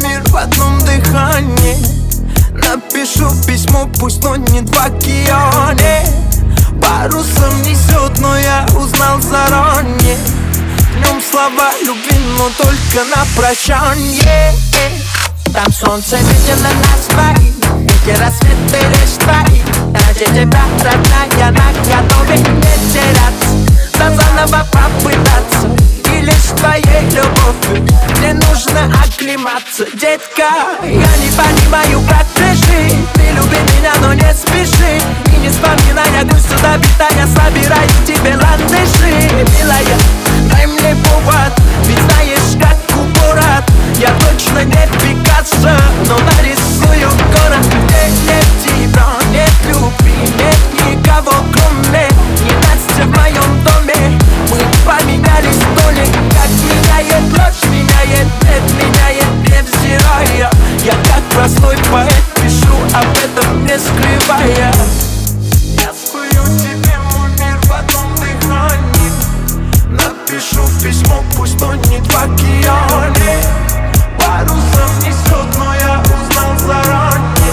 мир в одном дыхании. Напишу письмо, пусть тонет в океане. Парусом несет, но я узнал заранее. В нем слова любви, но только на прощанье. Там солнце видело нас двоих, эти рассветы лишь твои. Ради тебя, родная, наготове не теряться, да заново попытаться. И лишь твоей любовью мне нужно оклематься. Детка, я не понимаю, как ты жить. Ты люби меня, но не спеши. И не вспоминая грусть сюда я собираю тебе ландыши. Милая, дай мне повод, ведь знаешь, как город. Я точно не Пикассо, но нарисую город, где нет тебя, нет любви, нет никого кроме. Не Настя в моем доме, мы поменялись доли. Как меняет ложь, меняет бред, меняет невзирая. Я как простой поэт пишу об этом не скрывая. Я спою тебе мой мир в одном дыхании. Напишу письмо, пусть тонет в океане. Парусом несет, но я узнал заранее.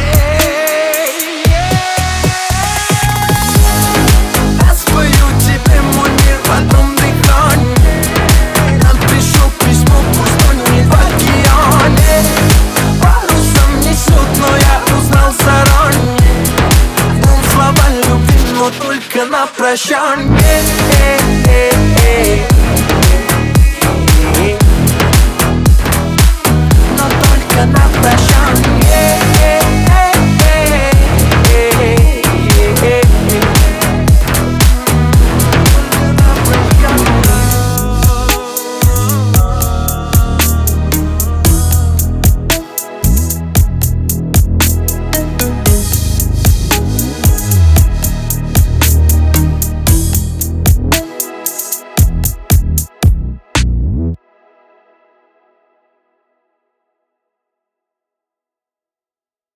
Я спою тебе мой мир в одном дыхании. Напишу письмо, пусть тонет в океане. Парусом несет, но я узнал заранее. В нем слова любви, но только на прощанье.